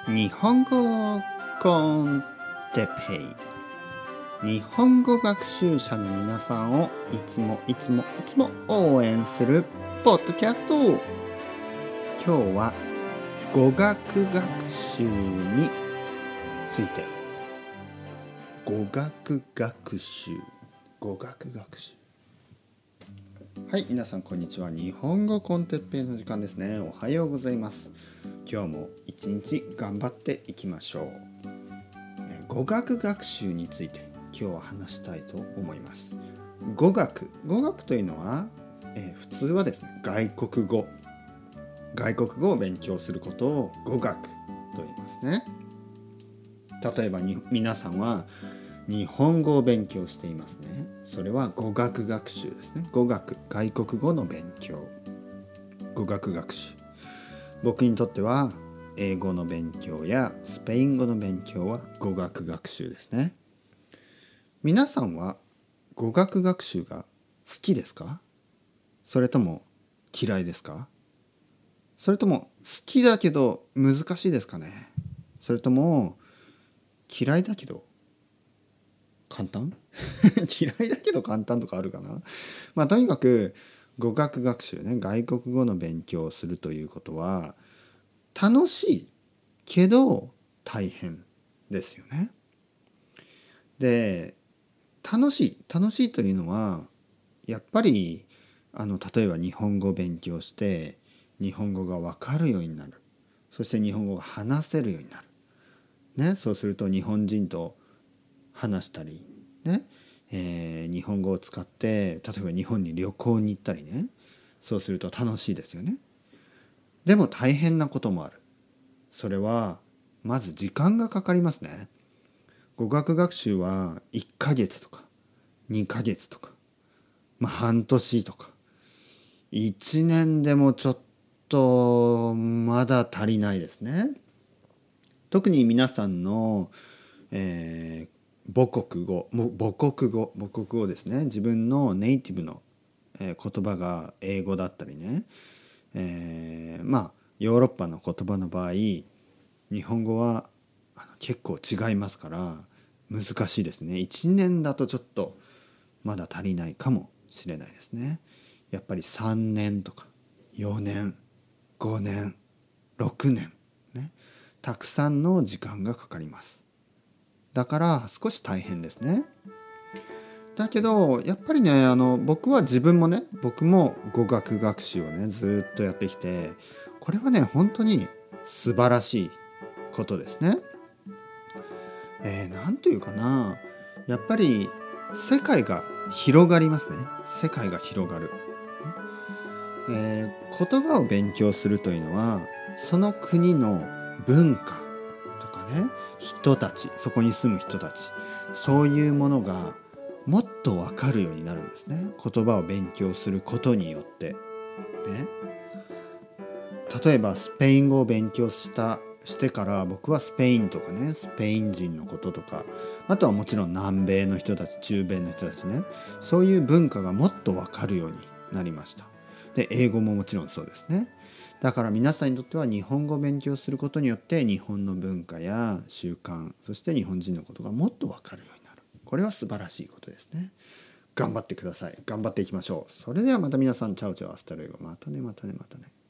日本語コンテペイ、日本語学習者の皆さんをいつも応援するポッドキャスト。今日は語学学習について。語学学習。はい、皆さんこんにちは。日本語コンテッペイの時間ですね。おはようございます。今日も一日頑張っていきましょう。語学学習について今日は話したいと思います。語学というのは、普通はですね、外国語を勉強することを語学と言いますね。例えば皆さんは日本語を勉強していますね。それは語学学習ですね。外国語の勉強、語学学習。僕にとっては英語の勉強やスペイン語の勉強は語学学習ですね。皆さんは語学学習が好きですか？それとも嫌いですか？それとも好きだけど難しいですかね？それとも嫌いだけど簡単嫌いだけど簡単とかあるかな。とにかく語学学習ね、外国語の勉強をするということは楽しいけど大変ですよね。で、楽しいというのはやっぱり例えば日本語を勉強して日本語が分かるようになる。そして日本語が話せるようになる。ね、そうすると日本人と話したりね、日本語を使って例えば日本に旅行に行ったりね、そうすると楽しいですよね。でも大変なこともある。それはまず時間がかかりますね。語学学習は1ヶ月とか2ヶ月とか、半年とか1年でもちょっとまだ足りないですね。特に皆さんの、母国語ですね。自分のネイティブの、言葉が英語だったりね、ヨーロッパの言葉の場合日本語は結構違いますから難しいですね。1年だとちょっとまだ足りないかもしれないですね。やっぱり3年とか4年5年6年ね、たくさんの時間がかかります。だから少し大変ですね。だけどやっぱりね、僕も語学学習をねずっとやってきて、これはね本当に素晴らしいことですね。なんというかな、やっぱり世界が広がりますね。世界が広がる。言葉を勉強するというのはその国の文化とかね、人たち、そこに住む人たち、そういうものがもっと分かるようになるんですね。言葉を勉強することによってね。例えばスペイン語を勉強してから僕はスペインとかね、スペイン人のこととか、あとはもちろん南米の人たち、中米の人たちね、そういう文化がもっと分かるようになりました。で、英語ももちろんそうですね。だから皆さんにとっては日本語を勉強することによって日本の文化や習慣、そして日本人のことがもっと分かるようになる。これは素晴らしいことですね。頑張ってください。頑張っていきましょう。それではまた皆さん、チャオチャオ、アスタルエゴ。またね。